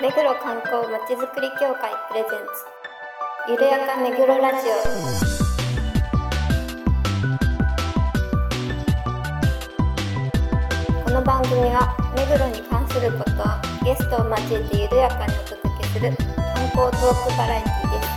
目黒観光まちづくり協会プレゼンツゆるやか目黒ラジオ。この番組は目黒に関することをゲストを交えてゆるやかにお届けする観光トークバラエティです。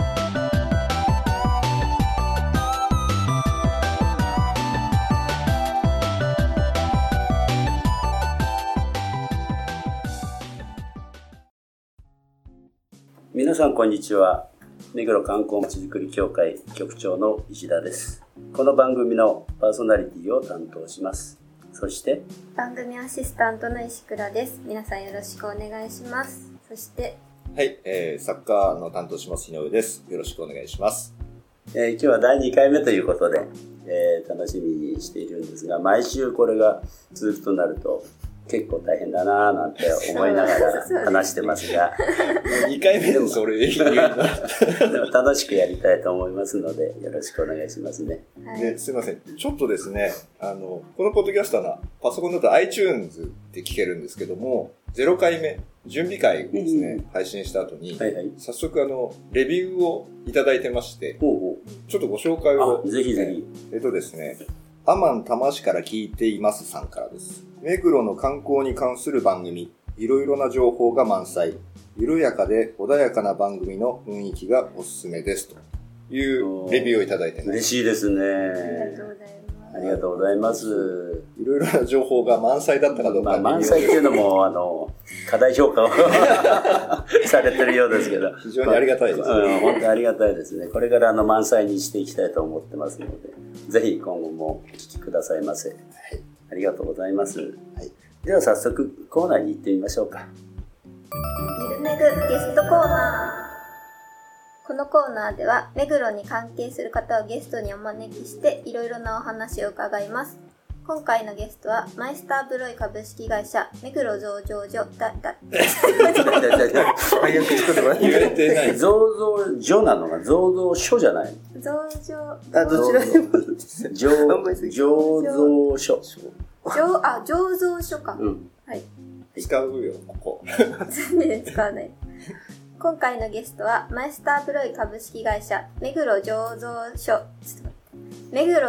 皆さんこんにちは。目黒観光まちづくり協会局長の石田です。この番組のパーソナリティを担当します。そして番組アシスタントの石倉です。皆さんよろしくお願いします。そしてはい、サッカーの担当します井上です。よろしくお願いします。 今日は第2回目ということで、楽しみにしているんですが、毎週これが続くとなると結構大変だなぁなんて思いながら話してますが 2回目でもそれ言うのでも楽しくやりたいと思いますのでよろしくお願いしますね。 ですいません、ちょっとですね、このポッドキャストはパソコンだと iTunes で聞けるんですけども、0回目準備会をですね、配信した後に、はいはい、早速レビューをいただいてまして、ちょっとご紹介をぜひぜひ。 ですね、アマン多摩市から聞いていますさんからです。目黒の観光に関する番組、いろいろな情報が満載、緩やかで穏やかな番組の雰囲気がおすすめですというレビューをいただいてます。 嬉しいですね。ありがとうございます。 いろいろな情報が満載だったかどうか、 満載っていうのも過大評価をされてるようですけど、 非常にありがたいですね。 本当にありがたいですね。これから満載にしていきたいと思ってますので、ぜひ今後もお聞きくださいませ。はい、ありがとうございます。はい、では早速コーナーに行ってみましょうか。 ゆるめぐゲストコーナー。このコーナーでは目黒に関係する方をゲストにお招きしていろいろなお話を伺います。今回のゲストはマイスターブロイ株式会社目黒醸造所早口言葉言われてない。 醸造所なのが醸造所じゃない。 醸造どちらでも醸造所。 醸造所か。はい。 使うよここ。 全然使わない。今回のゲストはマイスターブロイ株式会社目黒醸造所目黒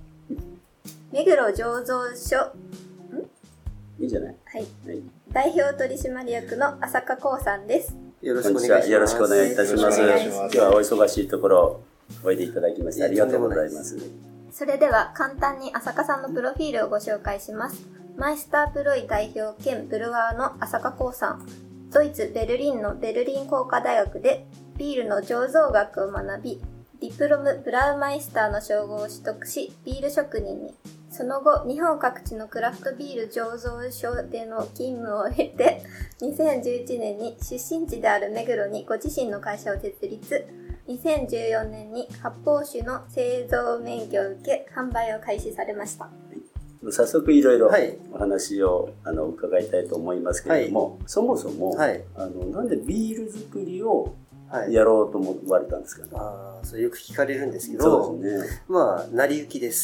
醸造所いいんじゃない？ はい。代表取締役の浅香光さんです。 よろしくお願いします。よろしくお願いいたします。今日はお忙しいところおいでいただきましてありがとうございます。 それでは簡単に浅香さんのプロフィールをご紹介します。マイスターブロイ代表兼ブルワーの浅香光さん。ドイツ・ベルリンのベルリン工科大学でビールの醸造学を学び、ディプロムブラウマイスターの称号を取得し、ビール職人に。その後、日本各地のクラフトビール醸造所での勤務を経て、2011年に出身地である目黒にご自身の会社を設立。2014年に発泡酒の製造免許を受け、販売を開始されました。 早速いろいろお話を伺いたいと思いますけれども、そもそも、なんでビール作りをやろうと思われたんですかね。 それよく聞かれるんですけど、 そうですね。 成り行きです。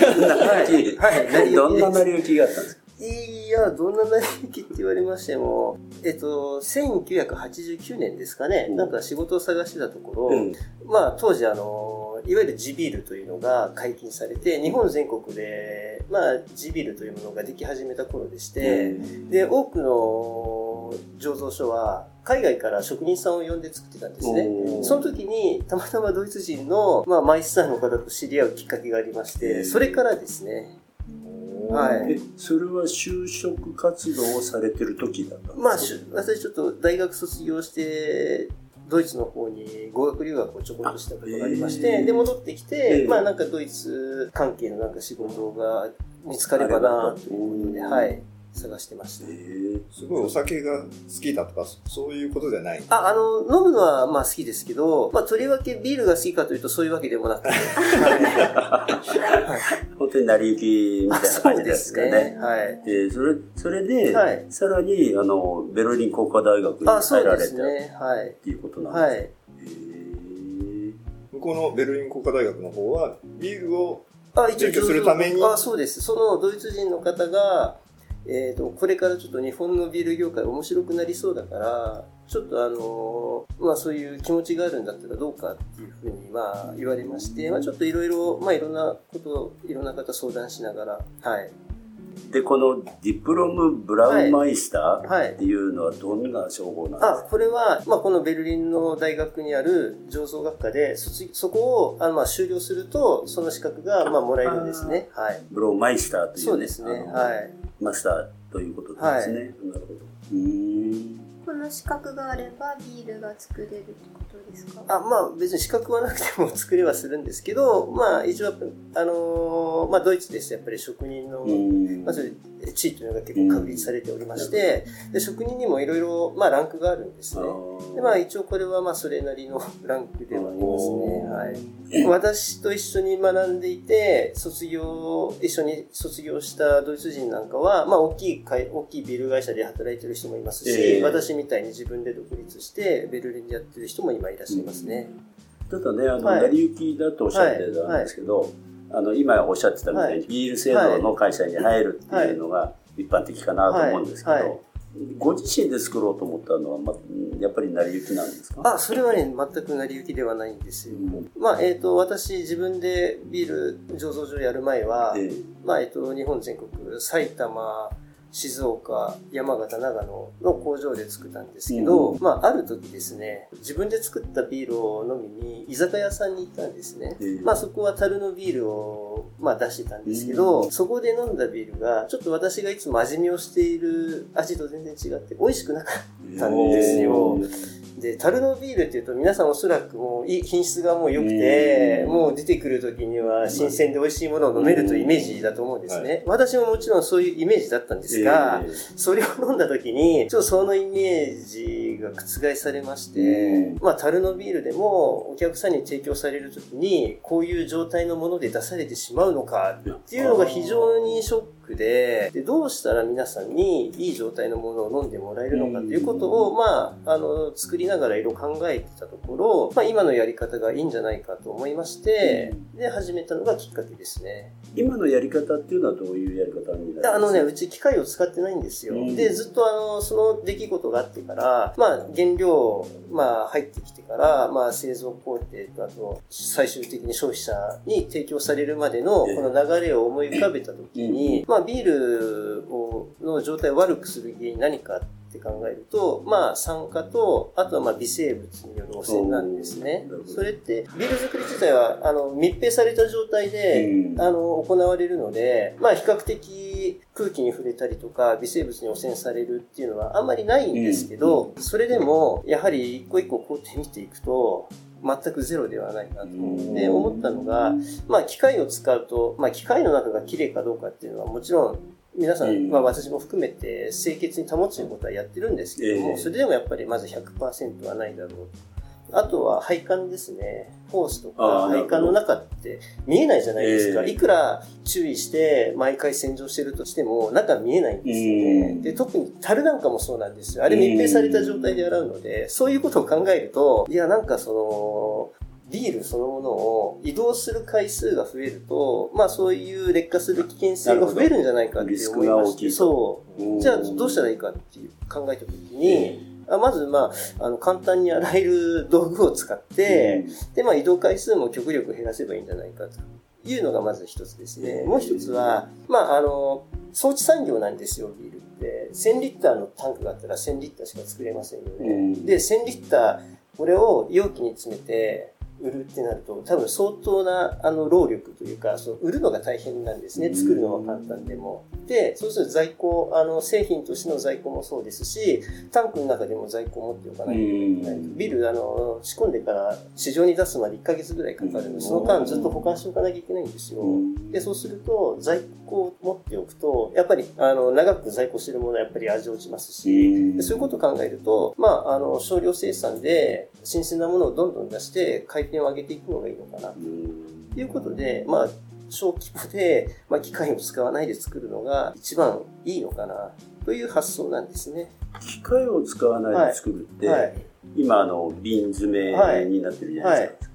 どんな成り行きがあったんですか？ いや、どんな成り行きって言われましても、1989年ですかね、なんか仕事を探してたところ、当時いわゆる地ビールというのが解禁されて、日本全国で、地ビールというものができ始めた頃でして、で、多くの醸造所は、海外から職人さんを呼んで作ってたんですね。その時に、たまたまドイツ人の、マイスターの方と知り合うきっかけがありまして、それからですね。 それは就職活動をされてる時だったんですか？ 私ちょっと大学卒業して、ドイツの方に語学留学をちょこっとしたことがありまして、で、戻ってきて、なんかドイツ関係のなんか仕事が見つかればなということで、探してました。 すごいお酒が好きだとか、そういうことじゃない？ 飲むのは好きですけど、とりわけビールが好きかというとそういうわけでもなくて。 本当に成り行きみたいな感じですかね。それで、さらに、ベルリン工科大学に入られたっていうことなんですか？ 向こうのベルリン工科大学の方は、ビールを勉強するために？ そうです。そのドイツ人の方が、 これからちょっと日本のビール業界面白くなりそうだから、ちょっとまあそういう気持ちがあるんだったらどうかっていうふうにまあ言われまして、まあちょっといろいろ、まあいろんなことをいろんな方相談しながら、はい。 で、このディプロムブラウンマイスターっていうのはどんな称号なんですか？ これは、まあこのベルリンの大学にある醸造学科で、そこをまあ修了すると、その資格がまあもらえるんですね。はい。 ブラウンマイスターという、 そうですね。はい。 マスターということですね。はい、なるほど。 この資格があればビールが作れるってことですか？ まあ別に資格はなくても作れはするんですけど、まあ一応まあドイツですとやっぱり職人の、まず地位というのが結構確立されておりまして、で職人にもいろいろまあランクがあるんですね。でまあ一応これはまあそれなりのランクではありますね。はい。私と一緒に学んでいて一緒に卒業したドイツ人なんかは、まあ大きいビール会社で働いてる人もいますし、私みたいに自分で独立してベルリンでやってる人も今いらっしゃいますね。 ただね、成り行きだとおっしゃってたんですけど、今おっしゃってたみたいにビール製造の会社に入るっていうのが一般的かなと思うんですけど、ご自身で作ろうと思ったのは、やっぱり成り行きなんですか？ それはね、全く成り行きではないんですよ。まあ、私自分でビール醸造所やる前は、まあ、日本全国、埼玉、静岡、山形、長野の工場で作ったんですけど、まあ、ある時ですね、自分で作ったビールを飲みに居酒屋さんに行ったんですね。まあ、そこは樽のビールを、まあ、出してたんですけど、そこで飲んだビールが、ちょっと私がいつも味見をしている味と全然違って美味しくなかったんですよ。で、樽のビールっていうと皆さんおそらくもう品質がもう良くて、もう出てくる時には新鮮で美味しいものを飲めるというイメージだと思うんですね。私ももちろんそういうイメージだったんですが、それを飲んだ時に、ちょっとそのイメージが覆されまして、まあ樽のビールでもお客さんに提供される時に、こういう状態のもので出されてしまうのかっていうのが非常にショックで、どうしたら皆さんにいい状態のものを飲んでもらえるのかということを、まあ、作りながらいろいろ考えてたところ、まあ今のやり方がいいんじゃないかと思いまして、で、始めたのがきっかけですね。 今のやり方っていうのはどういうやり方になるんですか？ うち機械を使ってないんですよ。で、ずっとその出来事があってから、まあ原料、まあ入ってきてから、まあ製造工程と、あと最終的に消費者に提供されるまでのこの流れを思い浮かべたときに、まあビールの状態を悪くする原因何かって考えると、まあ酸化と、あとはまあ微生物による汚染なんですね。それってビール作り自体は密閉された状態で行われるので、まあ比較的空気に触れたりとか微生物に汚染されるっていうのはあんまりないんですけど、それでもやはり一個一個工程見ていくと全くゼロではないなと思ったのが、まあ機械を使うと、まあ機械の中が綺麗かどうかっていうのはもちろん皆さん、まあ私も含めて清潔に保つことはやってるんですけども、それでもやっぱりまず 100% はないだろう。あとは配管ですね。ホースとか配管の中って見えないじゃないですか。いくら注意して毎回洗浄してるとしても中見えないんですよね。で、特に樽なんかもそうなんですよ。あれ密閉された状態で洗うので、そういうことを考えると、いやなんかビールそのものを移動する回数が増えると、まあそういう劣化する危険性が増えるんじゃないかって思いまして、そう。じゃあどうしたらいいかっていう考えたときに、まず、まあ、簡単に洗える道具を使って、で、まあ移動回数も極力減らせばいいんじゃないかというのがまず一つですね。もう一つは、まあ装置産業なんですよ、ビールって。1000リッターのタンクがあったら1000リッターしか作れませんよね。で、1000リッター、これを容器に詰めて、売るってなると、多分相当な、労力というか、売るのが大変なんですね。作るのは簡単でも。で、そうすると在庫、製品としての在庫もそうですし、タンクの中でも在庫を持っておかないといけない。ビール、仕込んでから市場に出すまで1ヶ月ぐらいかかるので、その間ずっと保管しておかなきゃいけないんですよ。で、そうすると、在庫を持っておくと、やっぱり、長く在庫してるものはやっぱり味落ちますし、でそういうことを考えると、まあ、少量生産で新鮮なものをどんどん出して、回転を上げていくのがいいのかなということで、まあ、小規模で、まあ、機械を使わないで作るのが一番いいのかなという発想なんですね。 機械を使わないで作るって、今瓶詰めになってるじゃないですか。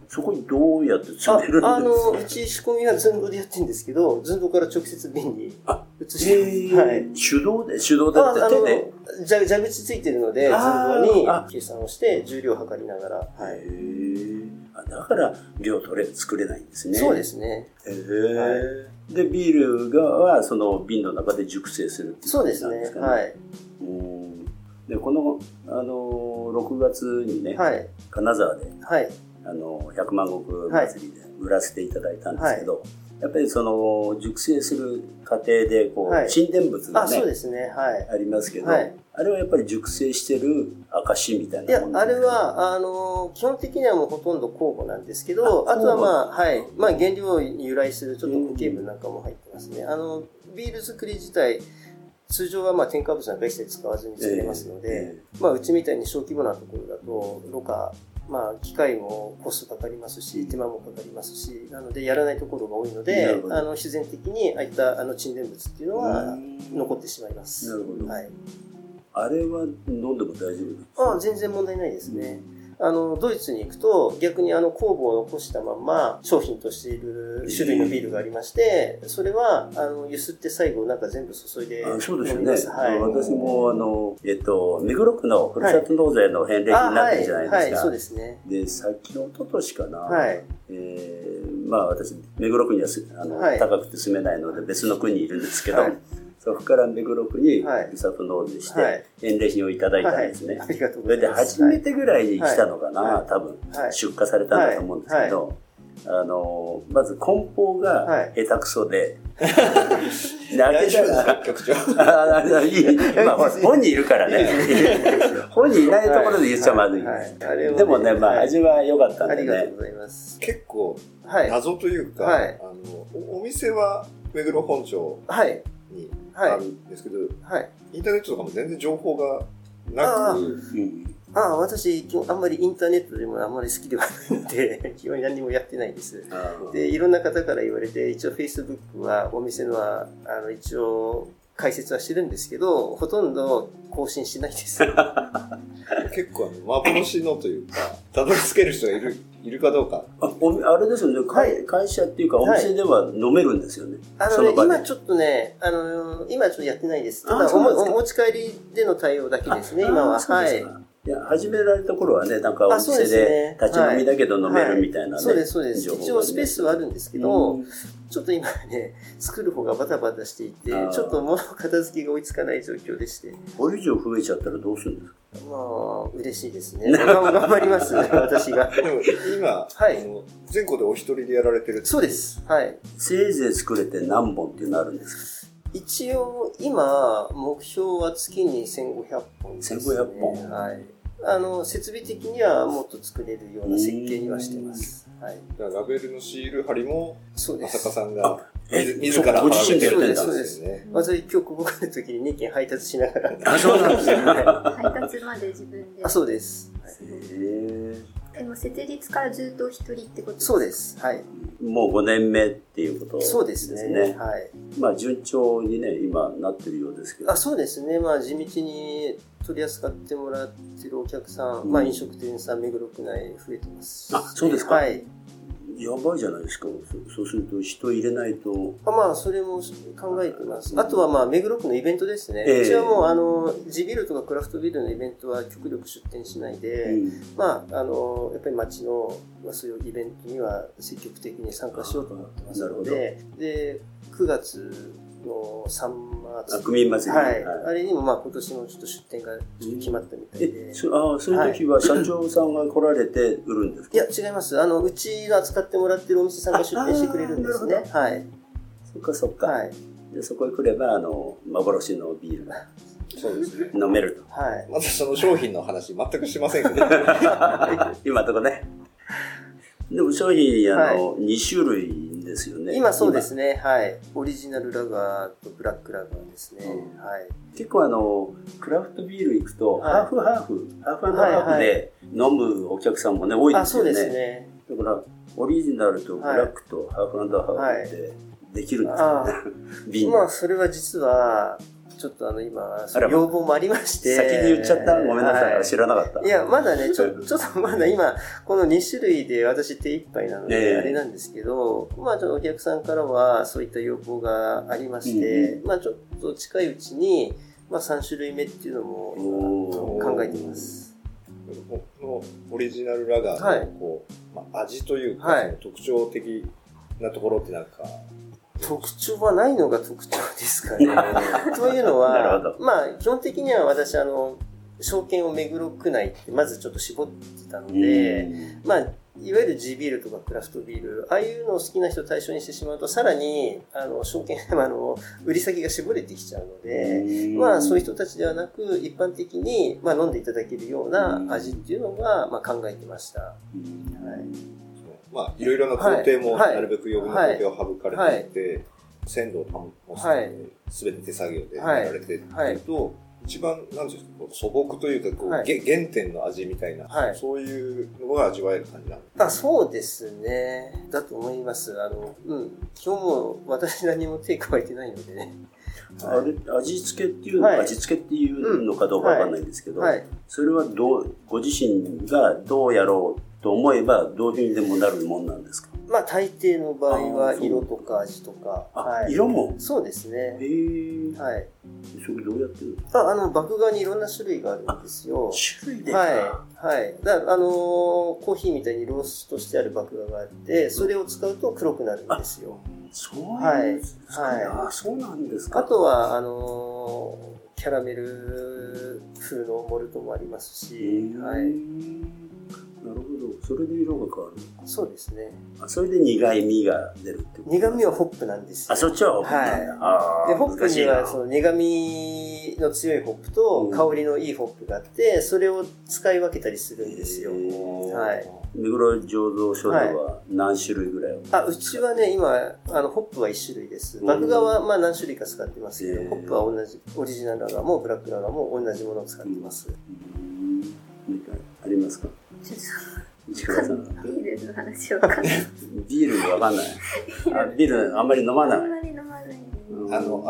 そこにどうやって詰めるんですか？ うち仕込みは寸胴でやってるんですけど、寸胴から直接瓶に移して、 はい。手動だって手で？ 蛇口ついてるので、寸胴に計算をして重量を測りながら。はい。 だから量作れないんですね。 そうですね。 で、ビールはその瓶の中で熟成するっていうそうですね。はい。 で、この、6月にね、金沢で、100万石祭りで売らせていただいたんですけど、やっぱりその熟成する過程で沈殿物がね、ありますけど、あれはやっぱり熟成してる証みたいなもの？ いや、あれは基本的にはもうほとんど酵母なんですけど、あとは原料に由来するちょっと固形分なんかも入ってますね。ビール作り自体通常は添加物なんか一切使わずに作れますので、うちみたいに小規模なところだとろ過、機械もコストかかりますし、手間もかかりますし、なのでやらないところが多いので、自然的にああいった沈殿物っていうのは残ってしまいます。 なるほど。はい。あれは飲んでも大丈夫ですか？ 全然問題ないですね。ドイツに行くと逆に酵母を残したまま商品としている種類のビールがありまして、それはゆすって最後なんか全部注いで飲みます。 そうですよね。私も目黒区のふるさと納税の返礼品になってるじゃないですか。 そうですね。 で、さっき一昨年かな。私目黒区には高くて住めないので別の区にいるんですけど。そこから目黒区にふるさと納税して返礼品をいただいたんですね。 ありがとうございます。 それで初めてぐらいに来たのかな、多分出荷されたんだと思うんですけど、まず梱包が下手くそで、開けたら、本人いるからね。本人いないところで言っちゃまずい。でもね、味は良かったんでね。 ありがとうございます。 結構謎というか、お店は目黒本町にあるんですけど、インターネットとかも全然情報がなく、 私、あんまりインターネットでもあんまり好きではないので、基本何もやってないです。で、いろんな方から言われて、一応 Facebook はお店のは、一応解説はしてるんですけど、ほとんど更新しないです。 結構幻のというか、たどり着ける人がいるかどうか。 あれですよね、会社っていうかお店では飲めるんですよね。 今ちょっとね、今ちょっとやってないです。ただお持ち帰りでの対応だけですね、今は。 いや、始められた頃はね、なんかお店で立ち飲みだけど飲めるみたいなね。 そうです、そうです。一応スペースはあるんですけど、ちょっと今ね、作る方がバタバタしていて、ちょっと物片付けが追いつかない状況でして。 これ以上増えちゃったらどうするんですか？ 嬉しいですね。頑張ります、私が。 でも今、全国でお一人でやられてるって。 そうです。はい。 せいぜい作れて何本っていうのあるんですか？ 一応、今、目標は月に1500本ですね。 1500本。 はい。設備的にはもっと作れるような設計にはしてます。はい。 ラベルのシール貼りも、 そうです。 浅香さんが自らご自身でやってたんですね。私、今日ここ来るときに2件配達しながら。 そうなんですね。 配達まで自分で。 そうです。 でも設立からずっと一人ってことですか？ そうです。はい。 もう5年目っていうことですね。 そうですね。 はい。順調にね、今なってるようですけど。 そうですね。地道に取り扱ってもらってるお客さん、飲食店さん、目黒区内増えてます。 そうですか。 はい。 やばいじゃないですか。そうすると人入れないと。 それも考えてます。あとは目黒区のイベントですね。うちはもう地ビールとかクラフトビールのイベントは極力出店しないで、やっぱり街のそういうイベントには積極的に参加しようと思ってますので、で、9月の3月。 区民祭り。 あれにも今年もちょっと出店が決まったみたいで。 そういう時は社長さんが来られて売るんですか？ いや、違います。うちが扱ってもらってるお店さんが出店してくれるんですね。はい。 そっか。で、そこへ来れば、幻のビールが。 そうですね。 飲めると。 はい。またその商品の話全くしませんけど。 今のとこね。でも商品、2種類ですよね。 今そうですね。はい。オリジナルラガーとブラックラガーですね。はい。 結構クラフトビール行くと、ハーフ&ハーフで飲むお客さんもね、多いですよね。 そうですね。 だから、オリジナルとブラックとハーフ&ハーフってできるんですよね。 それは実は、 ちょっと今、要望もありまして。 先に言っちゃった？ごめんなさい。はい、知らなかった。 いや、まだね、ちょっとまだ今、この2種類で私手一杯なので、あれなんですけど、まあちょっとお客さんからはそういった要望がありまして、まあちょっと近いうちに、まあ3種類目っていうのも考えています。 このオリジナルラガーのこう、まあ、味というか、その特徴的なところってなんか、 特徴はないのが特徴ですかね。というのは、まあ、基本的には私、証券を目黒区内ってまずちょっと絞ってたので、まあ、いわゆる地ビールとかクラフトビール、ああいうのを好きな人を対象にしてしまうと、さらに、証券、売り先が絞れてきちゃうので、まあ、そういう人たちではなく、一般的に、まあ、飲んでいただけるような味っていうのが、まあ、考えてました。はい。 まあ、いろいろな工程もなるべく余分な工程を省かれていて、鮮度を保つために全て手作業でやられていると、一番、なんていうんですか、素朴というか、原点の味みたいな、そういうのが味わえる感じなんですか？ そうですね。だと思います。今日も私何も手加えてないのでね。 あれ、味付けっていうの、味付けっていうのかどうかわかんないんですけど、それはご自身がどうやろうと思えばどういうふうにでもなるもんなんですか？ まあ大抵の場合は色とか味とか。 色も？ そうですね。はい。 それどうやってるんですか？麦芽にいろんな種類があるんですよ。 種類でか？ はい。だからコーヒーみたいにローストしてある麦芽があって、それを使うと黒くなるんですよ。 そうなんですか。はい。そうなんですか。 あとは、キャラメル風のモルトもありますし、はい。 なるほど。それで色が変わる。 そうですね。 それで苦い味が出るってこと？ 苦味はホップなんですよ。 そっちはホップなんだ。 はい。で、ホップにはその苦味の強いホップと香りのいいホップがあって、それを使い分けたりするんですよ。はい。 目黒醸造所では何種類ぐらい？ うちはね、今、ホップは1種類です。麦芽はまあ何種類か使ってますけど、ホップは同じ、オリジナルラガーもブラックラガーも同じものを使ってます。 ありますか？ ちょっと石倉さん。 ビールの話わかんない。 ビールわかんない。ビールあんまり飲まない。 あんまり飲まない。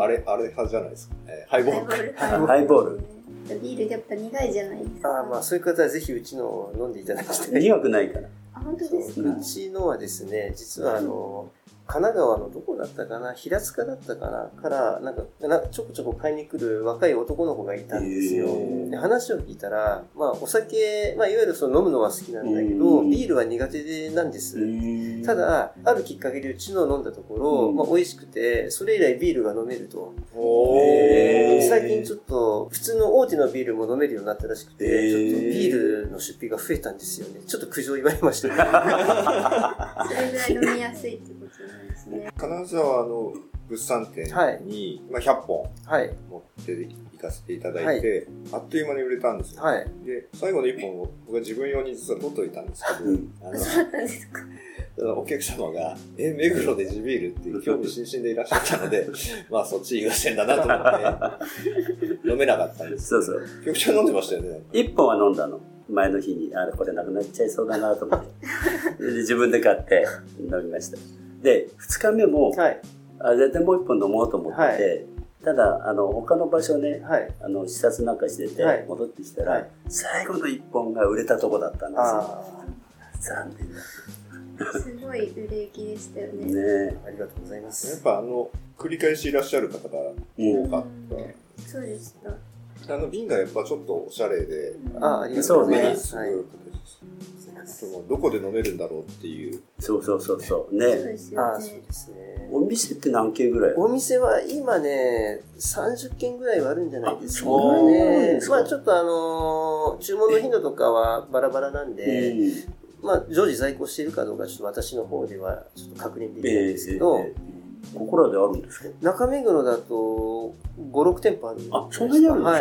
あれ派じゃないですか。ハイボール。 ハイボール。 ビールやっぱ苦いじゃないですか。 まあそういう方はぜひうちのを飲んでいただきたい。 苦くないから。 本当ですか？ うちのはですね、実は神奈川のどこだったかな、平塚だったかなからなんかちょこちょこ買いに来る若い男の子がいたんですよ。で話を聞いたら、まあお酒、まあいわゆるその飲むのは好きなんだけど、ビールは苦手なんです。ただあるきっかけでうちのを飲んだところ、まあ美味しくて、それ以来ビールが飲めると。最近ちょっと普通の大手のビールも飲めるようになったらしくて、ちょっとビールの出費が増えたんですよね。ちょっと苦情言われましたね。 それぐらい飲みやすいってことなんですね。 金沢の物産展に、100本持って行かせていただいて、あっという間に売れたんですよ。で、最後の1本を僕は自分用に実は取っておいたんですけど、 そうだったんですか？ お客様が、目黒で地ビールっていう興味津々でいらっしゃったので、まあそっち優先だなと思って、飲めなかったんです。 そうそう。 局長飲んでましたよね。 1本は飲んだの。前の日に、これなくなっちゃいそうだなと思って。で自分で買って飲みました。で、2日目も、絶対もう1本飲もうと思ってて、ただ、他の場所ね、視察なんかしてて、戻ってきたら、最後の1本が売れたとこだったんですよ。残念だ。 すごい売れ行きでしたよね。 ありがとうございます。 やっぱ繰り返しいらっしゃる方が多かった。 そうでした。 瓶がやっぱちょっとおしゃれで、 ありがとうございます。 どこで飲めるんだろうっていう。 そうね。 そうですね。お店って何軒ぐらい？ お店は今ね、30軒ぐらいはあるんじゃないですかね。 まあちょっと注文の頻度とかはバラバラなんで、まあ常時在庫しているかどうかちょっと私の方ではちょっと確認できないんですけど、 ここらであるんですか？ 中目黒だと5、6店舗あるんです。 そんなにあるんですか？はい。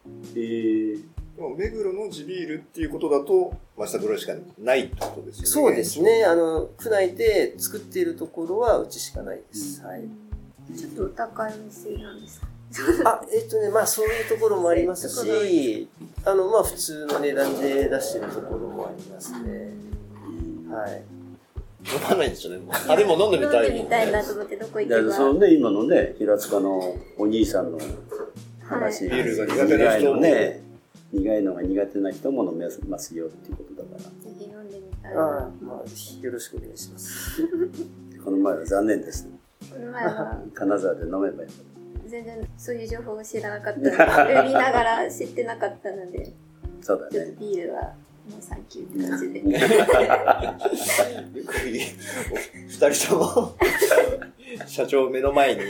目黒の地ビールっていうことだと、増田ブローしかないってことですよね。 そうですね。区内で作っているところはうちしかないです。はい。 ちょっとお高いお店なんですか？ まあそういうところもありますし、まあ普通の値段で出してるところもありますね。はい。 飲まないんですよね。でも飲んでみたい。 飲んでみたいなと思ってどこ行けば。 そうね、今のね、平塚のお兄さんの話。 ビールが苦手な人もね、苦いのが苦手な人も飲めますよっていうことだから。 ぜひ飲んでみたいな。 まあ、ぜひよろしくお願いします。 この前は残念でした。 この前は金沢で飲めばよかった。 全然そういう情報を知らなかったので、見ながら知ってなかったので、 そうだね。 ちょっとビールはもうサンキューって感じで。 二人とも社長目の前に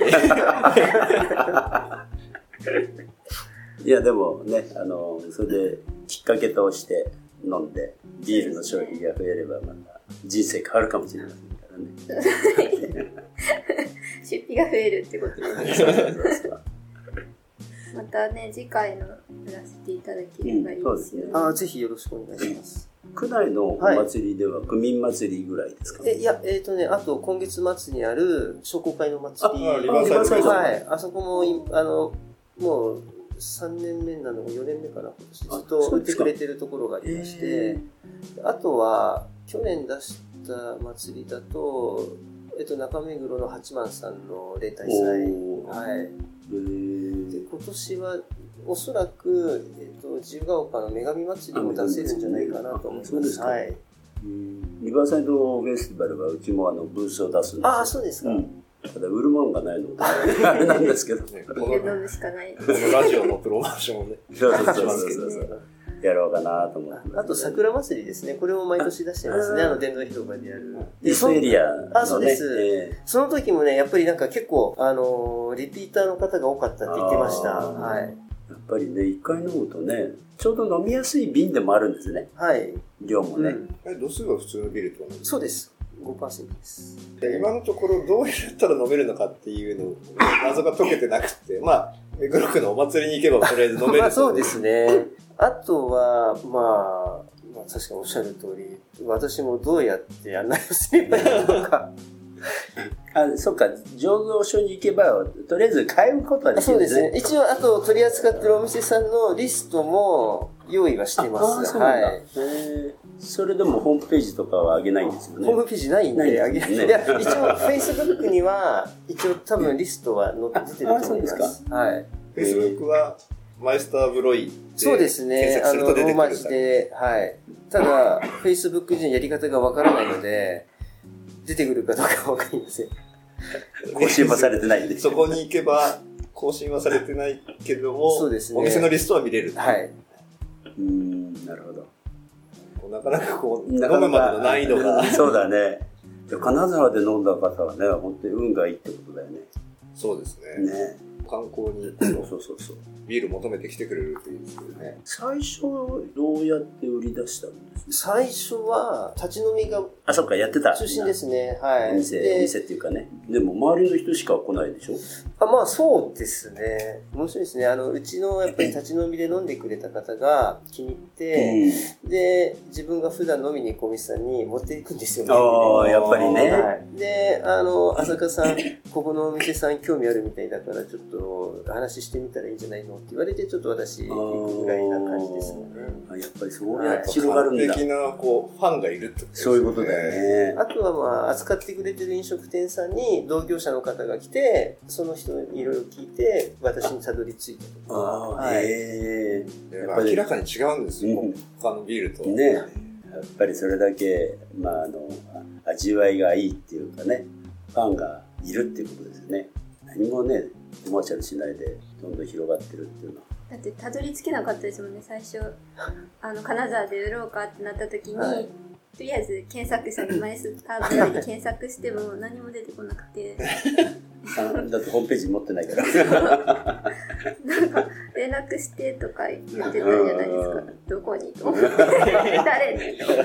いやでもね、それできっかけとして飲んでビールの消費が増えればまた人生変わるかもしれませんからね。 出費が増えるってことですね。またね、次回のやらせていただければいいですよね。 ぜひよろしくお願いします。 区内のお祭りでは区民祭りぐらいですか？ いや、あと今月末にある商工会の祭り。 リバーサイド。 はい。あそこも、もう3年目なのか4年目かな、ずっと売ってくれてるところがありまして、あとは去年出した祭りだと、中目黒の八幡さんの例大祭。はい。で、今年はおそらく、自由が丘の女神祭りも出せるんじゃないかなと思います。 そうですか。 はい。 リバーサイドフェスティバルはうちもブースを出すんですよ。 そうですか。 ただ売るものがないのであれなんですけど、 ビール飲むしかない。 このラジオのプロモーションをね、 そうやろうかなと思って。 あと桜祭りですね。これも毎年出してますね。電動広場でやる。 イーストエリアのね。 そうです。その時もね、やっぱりなんか結構リピーターの方が多かったって言ってました。はい。 やっぱりね、一回飲むとね、ちょうど飲みやすい瓶でもあるんですね。 はい。 量もね。 度数は普通のビールと同じ？ そうです。5% です。 今のところどうやったら飲めるのかっていうの謎が解けてなくて、まあ目黒区のお祭りに行けばとりあえず飲める。 そうですね。あとはまあ確かにおっしゃる通り、私もどうやって案内をすればいいのか。 そっか、醸造所に行けばとりあえず買うことはできるんですね。 そうですね。一応あと取り扱ってるお店さんのリストも用意はしてます。 そうなんだ。それでもホームページとかは上げないんですよね。 ホームページないんで上げない。いや、一応 Facebook には一応多分リストは載ってると思います。はい。 Facebook はマイスターブロイそうですね。ローマ字で、はい。ただ Facebook でのやり方がわからないので出てくるかどうかわかりません。 更新はされてないんで。 そこに行けば更新はされてないけども、 そうですね。 お店のリストは見れる。 はい。 なるほど。 なかなかこう、飲むまでの難易度が。 そうだね。金沢で飲んだ方はね、本当に運がいいってことだよね。 そうですね。 ね。 観光にそうビール求めてきてくれるといいですけどね。 最初どうやって売り出したんですか？ 最初は立ち飲みがそっか、やってた中心ですね。はい。 お店っていうかね。でも周りの人しか来ないでしょ？ まあそうですね。面白いですね。うちのやっぱり立ち飲みで飲んでくれた方が気に入って、で、自分が普段飲みに行くお店さんに持っていくんですよね。 やっぱりね。 はい。で、浅香さん、ここのお店さん興味あるみたいだから、ちょっと話してみたらいいんじゃないのって言われて、ちょっと私、行くぐらいな感じですよね。 やっぱりそうやって広がるんだ。 完璧な、こう、ファンがいるってことですね。 そういうことだよね。 あとはまあ、扱ってくれてる飲食店さんに同業者の方が来て、その人にいろいろ聞いて、私にたどり着いたとか。 明らかに違うんですよ、他のビールと。 ね。やっぱりそれだけ、味わいがいいっていうかね、ファンがいるっていうことですよね。何もね、コマーシャルしないで、どんどん広がってるっていうのは。 だってたどり着けなかったですもんね、最初。金沢で売ろうかってなった時に、とりあえず検索したマイスターブロイで検索しても何も出てこなくて。 だってホームページ持ってないから。 なんか、連絡してとか言ってたじゃないですか。どこにと思って。誰にと思って。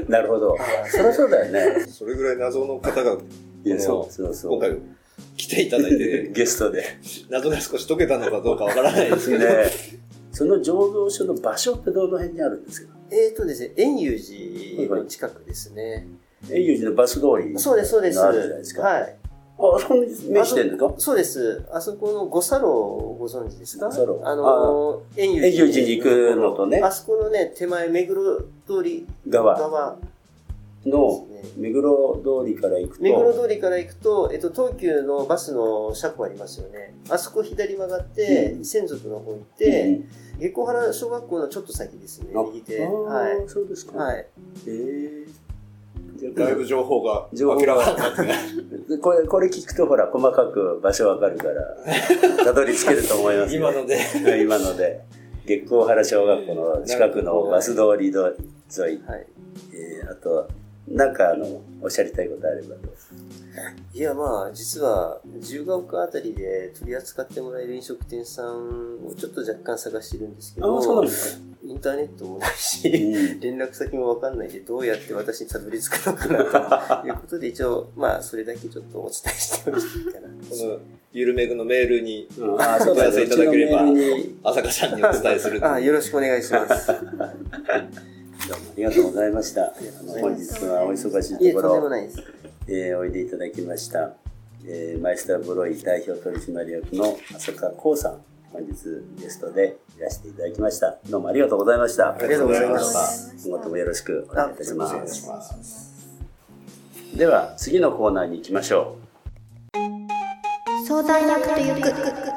なるほど。そりゃそうだよね。 それぐらい謎の方が、 今回来ていただいて、 ゲストで。 謎が少し解けたのかどうかわからないですけど。 その醸造所の場所ってどの辺にあるんですか？ ですね、円融寺の近くですね。 円融寺のバス通り。 そうです、そうです。 あるじゃないですか。 はい。 あそこに面してるんですか？ そうです。あそこの五差路をご存知ですか？ 五差路。 円融寺に行くのとね。 あそこのね、手前、目黒通り側。 の目黒通りから行くと、 目黒通りから行くと、東急のバスの車庫ありますよね。あそこ左曲がって、専属の方行って、月光原小学校のちょっと先ですね、右手。はい。 そうですか。 はい。 だいぶ情報が明らかになってね。 これ聞くとほら、細かく場所わかるから、たどり着けると思います。 今ので。 今ので。月光原小学校の近くのバス通り沿い。はい。あと、なんかおっしゃりたいことあればと。 いや、まあ、実は、自由が丘あたりで取り扱ってもらえる飲食店さんをちょっと若干探してるんですけど、 そうなんですか。 インターネットもないし、連絡先もわかんないで、どうやって私にたどり着くのかなということで、一応、まあ、それだけちょっとお伝えしておいていいかな。 この、ゆるめぐのメールに、お問い合わせいただければ、浅香さんにお伝えする。 よろしくお願いします。 どうもありがとうございました。本日はお忙しいところ、おいでいただきました。マイスターブロイ代表取締役の浅香光さん、本日ゲストでいらしていただきました。どうもありがとうございました。 ありがとうございました。 今後ともよろしくお願いいたします。では次のコーナーに行きましょう。相談役と行く。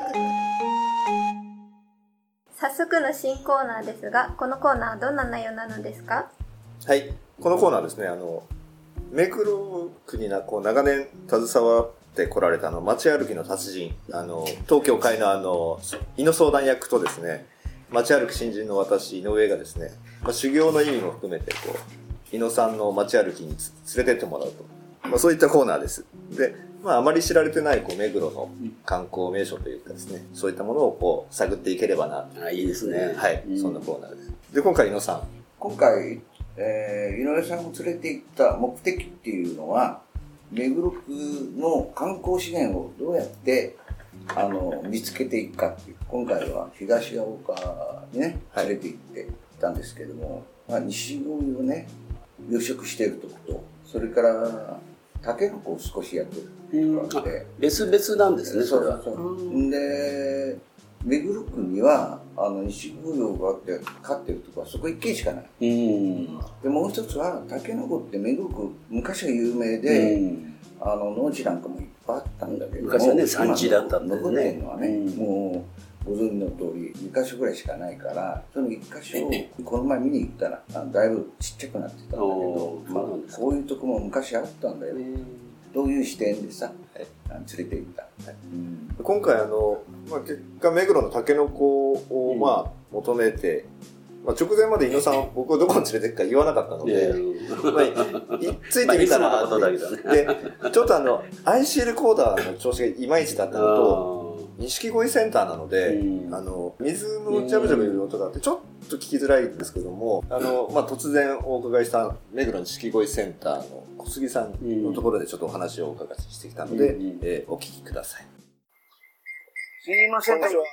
早速の新コーナーですが、このコーナーはどんな内容なのですか？ はい、このコーナーですね、目黒区に長年携わってこられた街歩きの達人、東京会の井野相談役とですね、街歩き新人の私、井上がですね、修行の意味も含めて、井野さんの街歩きに連れてってもらうと。そういったコーナーです。で、あまり知られてない目黒の観光名所というかですね、そういったものを探っていければな。 いいですね。 はい、そんなコーナーです。で、今回井野さん。 今回、井上さんを連れて行った目的っていうのは、目黒区の観光資源をどうやって見つけていくかっていう。今回は東が丘にね、連れて行ってたんですけども、西郡をね、養殖しているとこと、それからタケノコを少しやってるっていうので、 別々なんですね、それは。 で、目黒区には西郡養があって飼ってるとこはそこ一軒しかない。でもう一つはタケノコって目黒区昔は有名で、農地なんかもいっぱいあったんだけど、 昔はね産地だったんだよね。 残ってるのはね、もうご存知の通り2カ所ぐらいしかないから、その1カ所をこの前見に行ったらだいぶちっちゃくなってたんだけど、こういうとこも昔あったんだよ。どういう視点でさ、連れて行った。 今回結果目黒のタケノコを求めて、直前まで井野さん僕をどこに連れて行くか言わなかったので、ついてみたら、でちょっとIC レコーダーの調子がいまいちだったのと、錦鯉センターなので、水のジャブジャブいう音があってちょっと聞きづらいんですけども、突然お伺いした目黒の錦鯉センターの小杉さんのところでちょっとお話をお伺いしてきたので、お聞きください。 すいません。覚え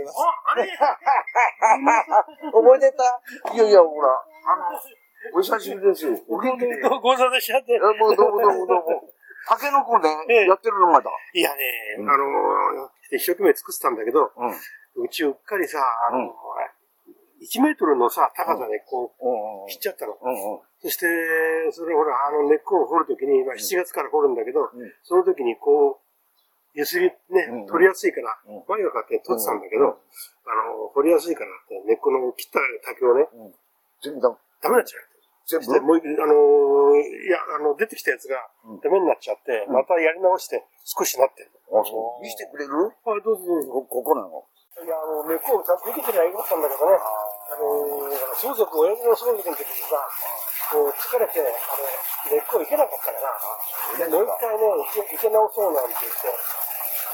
てた？いやいや、ほら、お久しぶりです。お元気で。 ご無沙汰しちゃって。 もうどうも。タケノコでやってるのまだ。 いやね、一生懸命作ってたんだけど、うちうっかりさ、1メートルのさ、高さで切っちゃったの。そして、それほら、根っこを掘るときに、7月から掘るんだけど、その時にゆすりね、取りやすいから、前が勝手に取ってたんだけど、掘りやすいからって、根っこの切った竹をね、 全部ダメになっちゃう。全部もう、出てきたやつがダメになっちゃって、またやり直して少しなってる。 そう。見せてくれる？ はい、どうぞ。 ここなの？ いや、根っこをちゃんと受けてりゃよかったんだけどね。親父の相続の時にさ、疲れて、根っこいけなかったから、もう一回ね、いけ直そうなんて言って、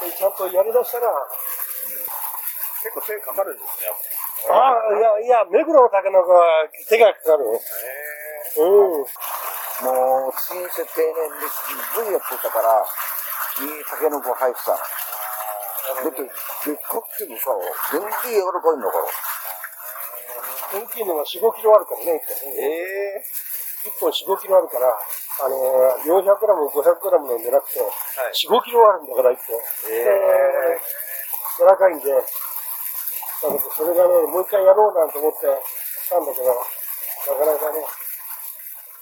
ちゃんとやりだしたら、 結構手かかるんですね。 いや、目黒のタケノコは手がかかる。 もう、親切丁寧ですごいやってたから、いいタケノコ入ってたの。だって、でっかくてもさ、全然柔らかいんだから。 大きいのが4、5キロあるからね、1本4、5キロあるから、400グラム、500グラムのじゃなくて、4、5キロあるんだから、1本。柔らかいんで、だけどそれがね、もう一回やろうなんて思ってしたんだけど、なかなかね。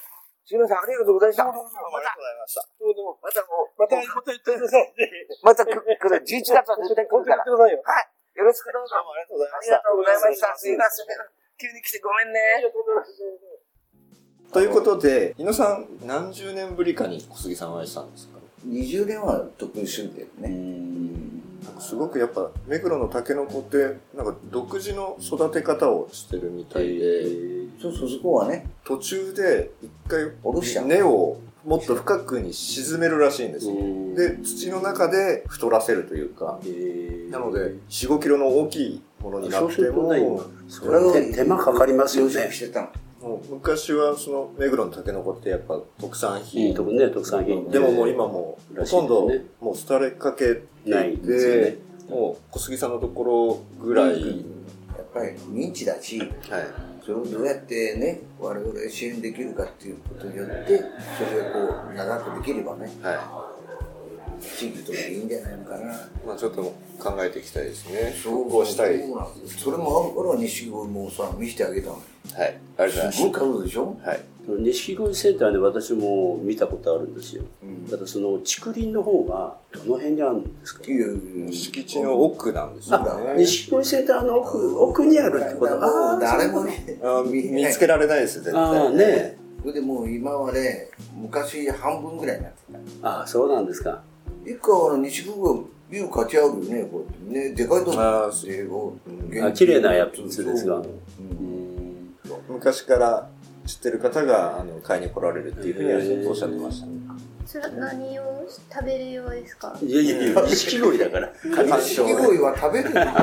杉村さん、ありがとうございました。 ありがとうございました。 またまた言ってください。 また来る、11月は絶対来るから。はい。よろしくどうぞ。 どうもありがとうございまありした。 がとうございました。すいません。急に来てごめんね。 ということで、井野さん、何十年ぶりかに小杉さんお会いしたんですか ？20年は特に住んでるね。 なんかすごくやっぱ目黒のタケノコってなんか独自の育て方をしてるみたいで、 そうそう、そこはね、 途中で一回下ろしちゃう。 根をもっと深くに沈めるらしいんですよ。で、土の中で太らせるというか、なので4、5キロの大きいものになっても、 それは手間かかりますよね。 昔はその目黒のタケノコってやっぱ特産品、 特産品でももう今もうほとんどもう廃れかけていて、もう小杉さんのところぐらい、 やっぱり認知だし、それをどうやってね、我々支援できるかっていうことによって、それをこう長くできればね、地域とかでいいんじゃないのかな。 まあちょっと考えていきたいですね。 そうしたい。それもある錦鯉もさ、見せてあげたの。 はい。ありがとうございます。 すごい数でしょ？ はい。錦鯉センターで私も見たことあるんですよ。ただその竹林の方がどの辺にあるんですか？ 敷地の奥なんですよね。 錦鯉センターの奥にあるってこと？ 誰も見つけられないですよ、絶対。 ね。 それでもう今はね、昔半分ぐらいになってた。そうなんですか。 一回錦鯉ビュー勝ち合うよね、こうやってね、でかいとこ。 綺麗なやつですが。 昔から知ってる方が買いに来られるっていうふうにおっしゃってましたね。 それは何を食べるようですか？ いや、錦鯉だから。 錦鯉は食べるんだよ。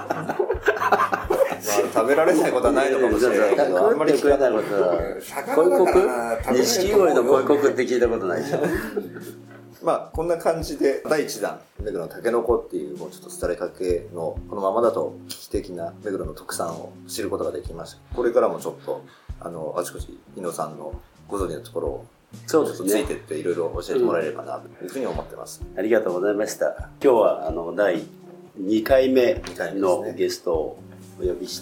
食べられないことはないのかもしれないけど、あんまり聞かないことは。錦鯉の鯉国って聞いたことないでしょ。 まあこんな感じで第1弾目黒のタケノコっていうもうちょっと廃れかけのこのままだと危機的な目黒の特産を知ることができました。これからもちょっとあちこち井野さんのご存知のところをちょっとついてっていろいろ教えてもらえればなというふうに思ってます。 ありがとうございました。今日は第2回目のゲストをお呼びして、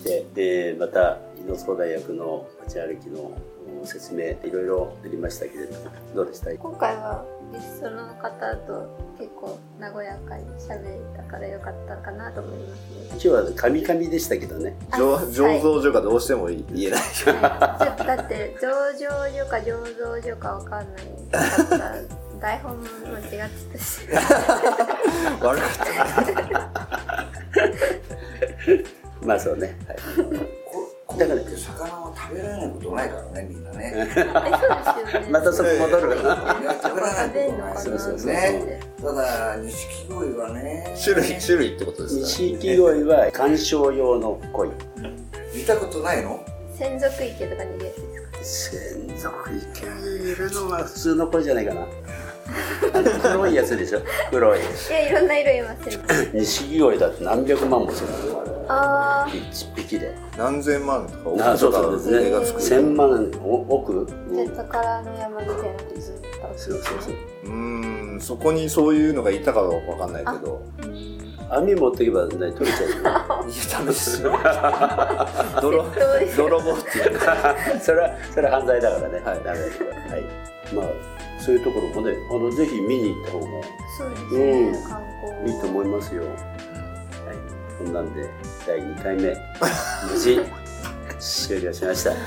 また井野総大学の街歩きの説明いろいろありましたけれども、どうでした？ 今回はゲストの方と結構和やかに喋れたからよかったかなと思いますね。 今日はカミカミでしたけどね。 醸造所がどうしても言えない。 だって醸造所か醸造所かわかんないから台本も間違ってたし。 悪かった。 まあそうね。 だから魚は食べられないことないからね、みんなね。 そうですよね。 またそこ戻るかな。 食べられないことないですよね。ただ錦鯉はね。 種類ってことですか？ 錦鯉は観賞用の鯉。 見たことないの？ 専属池とかにいるやつですか？ 専属池にいるのは普通の鯉じゃないかな。黒いやつでしょ。黒い。 いや、いろんな色いますよ。 錦鯉だって何百万もするの。一匹で何千万とかそうですね。1000万億。 宝の山みたいなことずっと。 そう。そこにそういうのがいたかは分かんないけど。 網持ってけば取れちゃう。いやダメですよ。泥棒っていう。 それは犯罪だからね。ダメですよ。はい。まあそういうところもね、ぜひ見に行った方がそうですね。観光いいと思いますよ。はい。こんなんで第2回目無事終了しました。はい。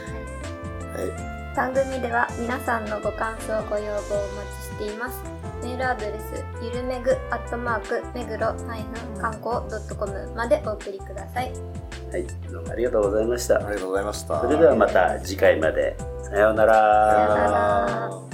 番組では皆さんのご感想ご要望をお待ちしています。メールアドレスゆるめぐ@目黒観光.com までお送りください。 はい、どうもありがとうございました。 ありがとうございました。 それではまた次回まで。さようなら。 さようなら。